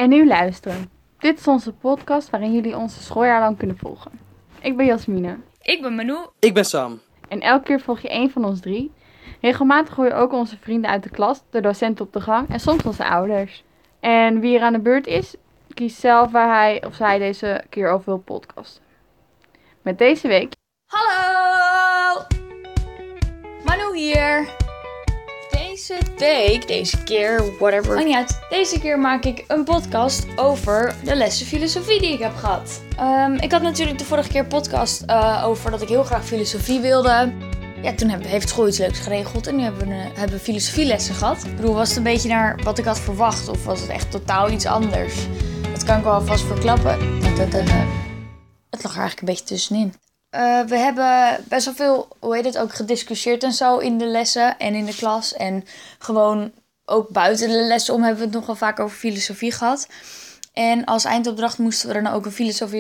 En nu luisteren. Dit is onze podcast waarin jullie onze schooljaar lang kunnen volgen. Ik ben Jasmine. Ik ben Manu. Ik ben Sam. En elke keer volg je één van ons 3. Regelmatig hoor je ook onze vrienden uit de klas, de docenten op de gang en soms onze ouders. En wie er aan de beurt is, kiest zelf waar hij of zij deze keer over wil podcasten. Met deze week... Hallo! Manu hier. Deze keer, whatever. Maakt niet uit. Deze keer maak ik een podcast over de lessen filosofie die ik heb gehad. Ik had natuurlijk de vorige keer podcast over dat ik heel graag filosofie wilde. Ja, toen heeft school iets leuks geregeld en nu hebben we filosofielessen gehad. Ik bedoel, was het een beetje naar wat ik had verwacht of was het echt totaal iets anders? Dat kan ik wel alvast verklappen. Het lag er eigenlijk een beetje tussenin. We hebben best wel veel, ook gediscussieerd en zo in de lessen en in de klas. En gewoon ook buiten de lessen om hebben we het nog wel vaak over filosofie gehad. En als eindopdracht moesten we er nou ook een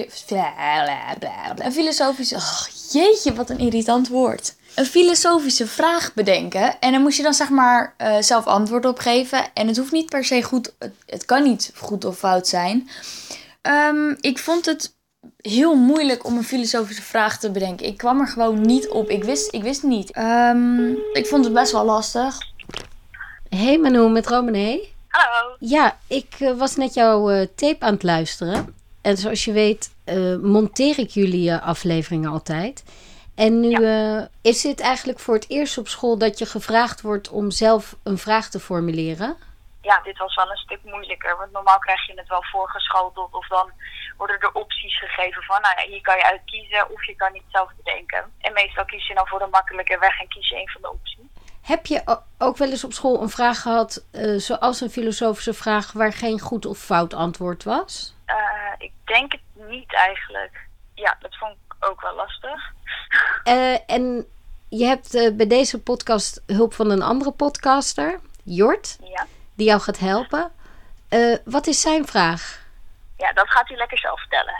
jeetje, wat een irritant woord. Een filosofische vraag bedenken. En dan moest je dan zeg maar zelf antwoord op geven. En het hoeft niet per se goed, het kan niet goed of fout zijn. Ik vond het heel moeilijk om een filosofische vraag te bedenken. Ik kwam er gewoon niet op. Ik wist niet. Ik vond het best wel lastig. Hey Manu, met Romane. Hallo. Ja, ik was net jouw tape aan het luisteren. En zoals je weet monteer ik jullie afleveringen altijd. En nu is dit eigenlijk voor het eerst op school dat je gevraagd wordt om zelf een vraag te formuleren? Ja, dit was wel een stuk moeilijker. Want normaal krijg je het wel voorgeschoteld. Of dan worden er opties gegeven van, nou ja, hier kan je uit kiezen of je kan niet zelf bedenken. En meestal kies je dan voor de makkelijke weg en kies je een van de opties. Heb je ook wel eens op school een vraag gehad, zoals een filosofische vraag, waar geen goed of fout antwoord was? Ik denk het niet eigenlijk. Ja, dat vond ik ook wel lastig. En je hebt bij deze podcast hulp van een andere podcaster, Jort, die jou gaat helpen. Wat is zijn vraag? Ja, dat gaat hij lekker zelf vertellen.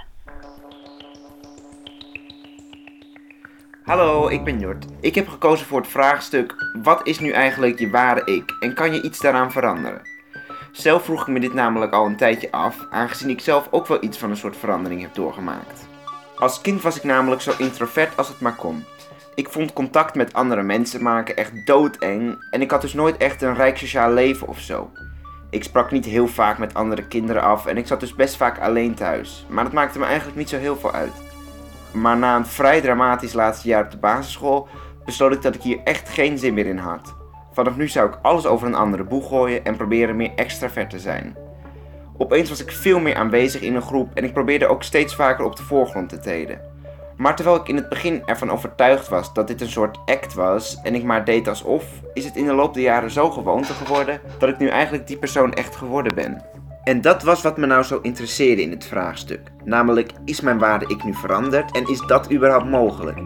Hallo, ik ben Jort. Ik heb gekozen voor het vraagstuk: wat is nu eigenlijk je ware ik en kan je iets daaraan veranderen? Zelf vroeg ik me dit namelijk al een tijdje af, aangezien ik zelf ook wel iets van een soort verandering heb doorgemaakt. Als kind was ik namelijk zo introvert als het maar kon. Ik vond contact met andere mensen maken echt doodeng en ik had dus nooit echt een rijk sociaal leven of zo. Ik sprak niet heel vaak met andere kinderen af en ik zat dus best vaak alleen thuis. Maar dat maakte me eigenlijk niet zo heel veel uit. Maar na een vrij dramatisch laatste jaar op de basisschool besloot ik dat ik hier echt geen zin meer in had. Vanaf nu zou ik alles over een andere boeg gooien en proberen meer extravert te zijn. Opeens was ik veel meer aanwezig in een groep en ik probeerde ook steeds vaker op de voorgrond te treden. Maar terwijl ik in het begin ervan overtuigd was dat dit een soort act was en ik maar deed alsof, is het in de loop der jaren zo gewoonte geworden dat ik nu eigenlijk die persoon echt geworden ben. En dat was wat me nou zo interesseerde in het vraagstuk. Namelijk, is mijn ware ik nu veranderd en is dat überhaupt mogelijk?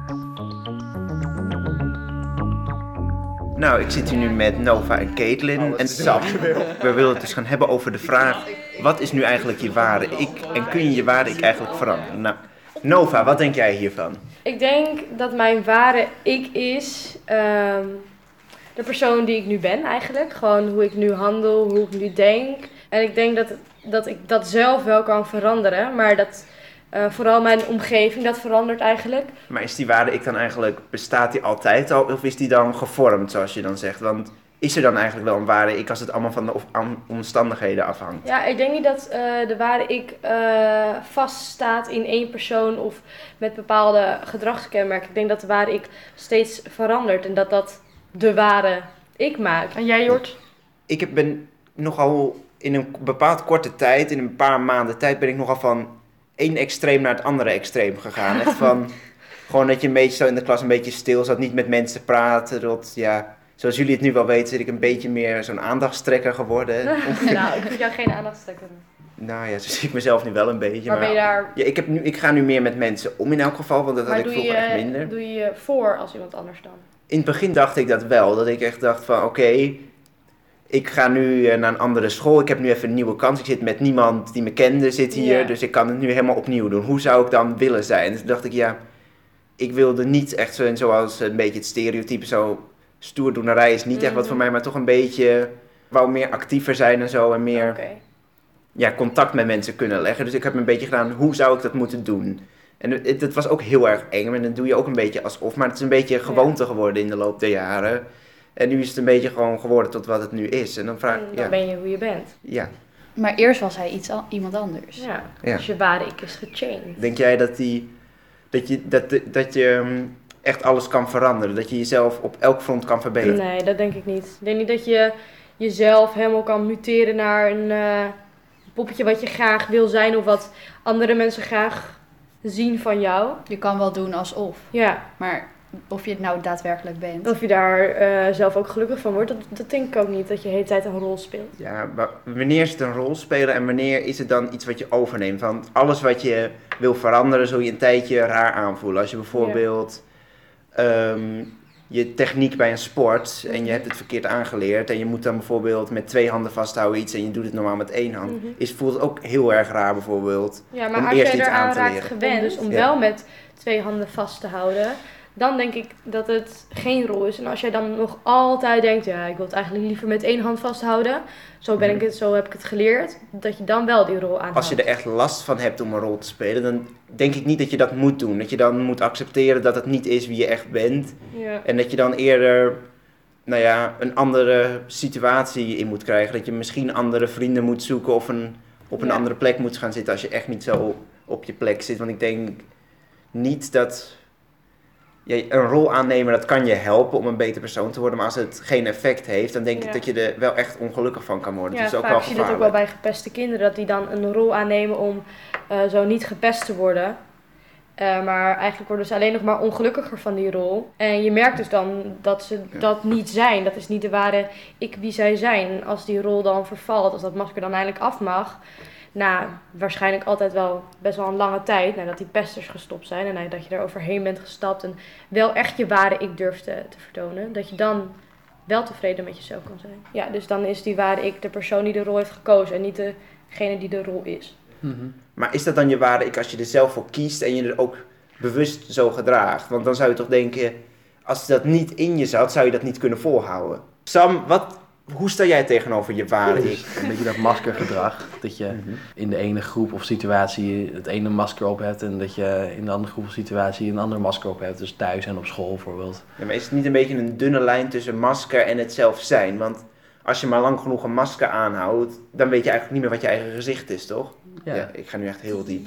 Nou, ik zit hier nu met Nova en Caitlin en Sam. We willen het dus gaan hebben over de vraag: wat is nu eigenlijk je ware ik en kun je je ware ik eigenlijk veranderen? Nou, Nova, wat denk jij hiervan? Ik denk dat mijn ware ik is de persoon die ik nu ben eigenlijk. Gewoon hoe ik nu handel, hoe ik nu denk. En ik denk dat ik dat zelf wel kan veranderen, maar dat vooral mijn omgeving dat verandert eigenlijk. Maar is die ware ik dan eigenlijk, bestaat die altijd al of is die dan gevormd zoals je dan zegt? Want is er dan eigenlijk wel een ware ik als het allemaal van de omstandigheden afhangt? Ja, ik denk niet dat de ware ik vaststaat in één persoon of met bepaalde gedragskenmerken. Ik denk dat de ware ik steeds verandert en dat de ware ik maakt. En jij, Jort? Ik ben nogal in een bepaald korte tijd, in een paar maanden tijd, ben ik nogal van één extreem naar het andere extreem gegaan. Echt van, gewoon dat je een beetje zo in de klas een beetje stil zat, niet met mensen praten. Dat, ja, zoals jullie het nu wel weten, zit ik een beetje meer zo'n aandachtstrekker geworden. Nou, ik hoef jou geen aandachtstrekker. Nou ja, zo zie ik mezelf nu wel een beetje. Maar ben je daar... Ja, ik ga nu meer met mensen om in elk geval, want dat had ik vroeger echt minder. Doe je je voor als iemand anders dan? In het begin dacht ik dat wel, dat ik echt dacht van oké, ik ga nu naar een andere school. Ik heb nu even een nieuwe kans. Ik zit met niemand die me kende, zit hier. Dus ik kan het nu helemaal opnieuw doen. Hoe zou ik dan willen zijn? Dus toen dacht ik, ja, ik wilde niet echt zo, zoals een beetje het stereotype, zo stoerdoenerij is niet echt wat voor mij, maar toch een beetje, wou meer actiever zijn en zo en meer contact met mensen kunnen leggen. Dus ik heb een beetje gedaan, hoe zou ik dat moeten doen? En het was ook heel erg eng. En dat doe je ook een beetje alsof. Maar het is een beetje gewoonte geworden in de loop der jaren. En nu is het een beetje gewoon geworden tot wat het nu is. En dan ben je hoe je bent. Ja. Maar eerst was hij iemand anders. Ja. Ja. Dus je ware ik is gechanged. Denk jij dat je echt alles kan veranderen? Dat je jezelf op elk front kan verbeteren? Nee, dat denk ik niet. Ik denk niet dat je jezelf helemaal kan muteren naar een poppetje wat je graag wil zijn. Of wat andere mensen graag zien van jou. Je kan wel doen alsof. Ja. Maar of je het nou daadwerkelijk bent. Of je daar zelf ook gelukkig van wordt, dat denk ik ook niet. Dat je de hele tijd een rol speelt. Ja, maar wanneer is het een rol spelen en wanneer is het dan iets wat je overneemt? Want alles wat je wil veranderen, zul je een tijdje raar aanvoelen. Als je bijvoorbeeld je techniek bij een sport en je hebt het verkeerd aangeleerd en je moet dan bijvoorbeeld met 2 handen vasthouden iets en je doet het normaal met 1 hand, voelt het ook heel erg raar bijvoorbeeld. Ja, maar om als eerst jij iets aan eraan te raakt leren. gewend, dus om wel met 2 handen vast te houden, dan denk ik dat het geen rol is. En als jij dan nog altijd denkt, ja, ik wil het eigenlijk liever met 1 hand vasthouden, zo heb ik het geleerd, dat je dan wel die rol aanhoudt. Als je er echt last van hebt om een rol te spelen, dan denk ik niet dat je dat moet doen. Dat je dan moet accepteren dat het niet is wie je echt bent. Ja. En dat je dan eerder een andere situatie in moet krijgen. Dat je misschien andere vrienden moet zoeken of op een andere plek moet gaan zitten als je echt niet zo op je plek zit. Want ik denk niet dat een rol aannemen, dat kan je helpen om een beter persoon te worden. Maar als het geen effect heeft, dan denk ik dat je er wel echt ongelukkig van kan worden. Ja, het is ook vaak wel zie je gevaarlijk. dit ook wel bij gepeste kinderen, dat die dan een rol aannemen om zo niet gepest te worden. Maar eigenlijk worden ze alleen nog maar ongelukkiger van die rol. En je merkt dus dan dat ze dat niet zijn. Dat is niet de ware ik wie zij zijn. Als die rol dan vervalt, als dat masker dan eindelijk af mag, waarschijnlijk altijd wel best wel een lange tijd, nadat die pesters gestopt zijn en nadat je er overheen bent gestapt en wel echt je ware ik durft te vertonen, dat je dan wel tevreden met jezelf kan zijn. Ja, dus dan is die ware ik de persoon die de rol heeft gekozen en niet degene die de rol is. Mm-hmm. Maar is dat dan je ware ik als je er zelf voor kiest en je er ook bewust zo gedraagt? Want dan zou je toch denken, als dat niet in je zat, zou je dat niet kunnen volhouden. Sam, hoe sta jij tegenover je ware ik? Een beetje dat maskergedrag. Dat je in de ene groep of situatie het ene masker op hebt en dat je in de andere groep of situatie een ander masker op hebt. Dus thuis en op school bijvoorbeeld. Ja, maar is het niet een beetje een dunne lijn tussen masker en het zelf zijn? Want als je maar lang genoeg een masker aanhoudt, dan weet je eigenlijk niet meer wat je eigen gezicht is, toch? Ja, ik ga nu echt heel diep.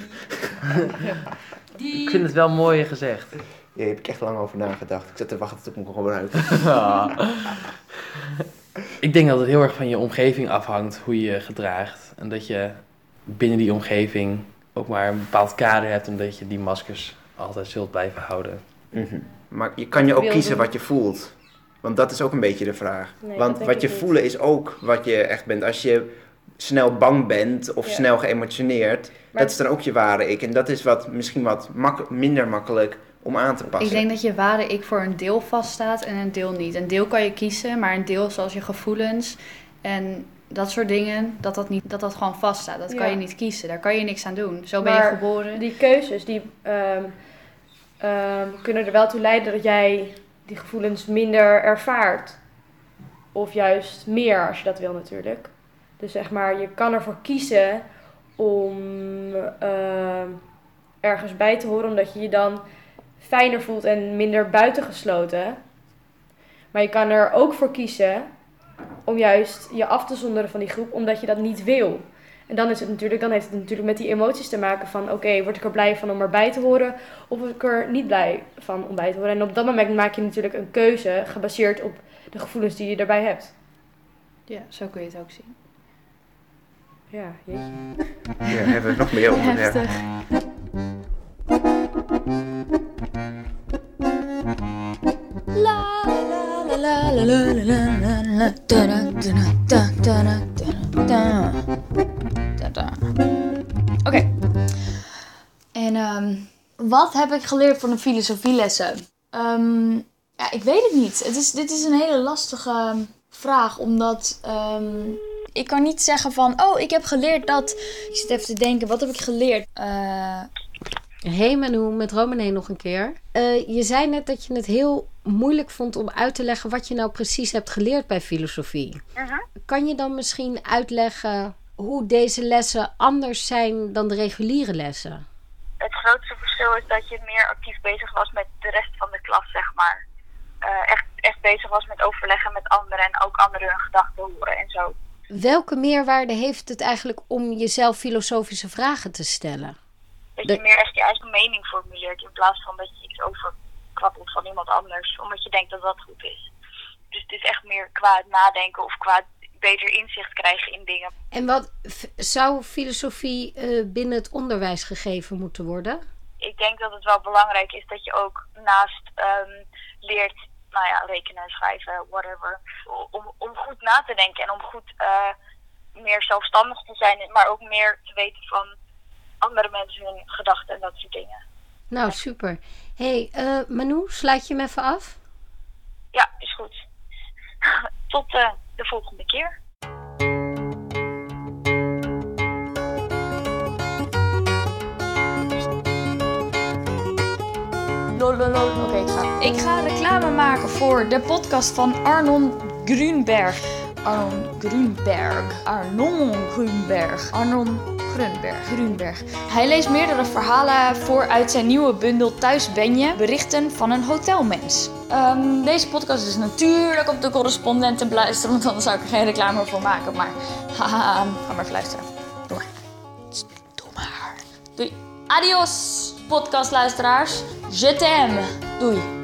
Ik vind het wel mooi gezegd. Ja, daar heb ik echt lang over nagedacht. Ik zat te wachten tot ik me kon gebruiken. Ik denk dat het heel erg van je omgeving afhangt hoe je je gedraagt. En dat je binnen die omgeving ook maar een bepaald kader hebt en dat je die maskers altijd zult blijven houden. Mm-hmm. Maar je kan je ook kiezen wat je voelt. Want dat is ook een beetje de vraag. Nee, want wat je voelen is ook wat je echt bent. Als je snel bang bent of snel geëmotioneerd, dat is dan ook je ware ik. En dat is misschien wat minder makkelijk om aan te passen. Ik denk dat je ware ik voor een deel vaststaat en een deel niet. Een deel kan je kiezen, maar een deel zoals je gevoelens en dat soort dingen, dat gewoon vaststaat. Dat kan je niet kiezen, daar kan je niks aan doen. Zo ben je geboren. Die keuzes die kunnen er wel toe leiden dat jij die gevoelens minder ervaart. Of juist meer, als je dat wil natuurlijk. Dus zeg maar, je kan ervoor kiezen om ergens bij te horen, omdat je je dan fijner voelt en minder buitengesloten. Maar je kan er ook voor kiezen om juist je af te zonderen van die groep, omdat je dat niet wil. En dan heeft het natuurlijk met die emoties te maken van, oké, word ik er blij van om erbij te horen, of word ik er niet blij van om bij te horen. En op dat moment maak je natuurlijk een keuze gebaseerd op de gevoelens die je daarbij hebt. Ja, zo kun je het ook zien. Ja, jeetje. Ja, hebben we nog meer onderwerpen. Oké. En wat heb ik geleerd van de filosofielessen? Ja, ik weet het niet. Dit is een hele lastige vraag, omdat ik kan niet zeggen van, ik heb geleerd dat. Ik zit even te denken, wat heb ik geleerd? Hey Manu, met Romane nog een keer. Je zei net dat je het heel moeilijk vond om uit te leggen wat je nou precies hebt geleerd bij filosofie. Kan je dan misschien uitleggen hoe deze lessen anders zijn dan de reguliere lessen? Het grootste verschil is dat je meer actief bezig was met de rest van de klas, zeg maar. Echt bezig was met overleggen met anderen en ook anderen hun gedachten horen en zo. Welke meerwaarde heeft het eigenlijk om jezelf filosofische vragen te stellen? Dat je meer echt je eigen mening formuleert in plaats van dat je iets overkwappelt van iemand anders, omdat je denkt dat dat goed is. Dus het is echt meer qua het nadenken of qua beter inzicht krijgen in dingen. En wat zou filosofie binnen het onderwijs gegeven moeten worden? Ik denk dat het wel belangrijk is dat je ook naast leert, rekenen, schrijven, whatever, om goed na te denken en om goed meer zelfstandig te zijn, maar ook meer te weten van andere mensen hun gedachten en dat soort dingen. Nou, super. Hey, Manu, sluit je hem even af? Ja, is goed. Tot de volgende keer. Oké, ik ga reclame maken voor de podcast van Arnon Grunberg. Hij leest meerdere verhalen voor uit zijn nieuwe bundel Thuis ben je, berichten van een hotelmens. Deze podcast is natuurlijk op de correspondent te beluisteren, want anders zou ik er geen reclame voor maken. Maar haha, ga maar even luisteren. Doe maar. Doei. Adios, podcastluisteraars. Je t'aime. Doei.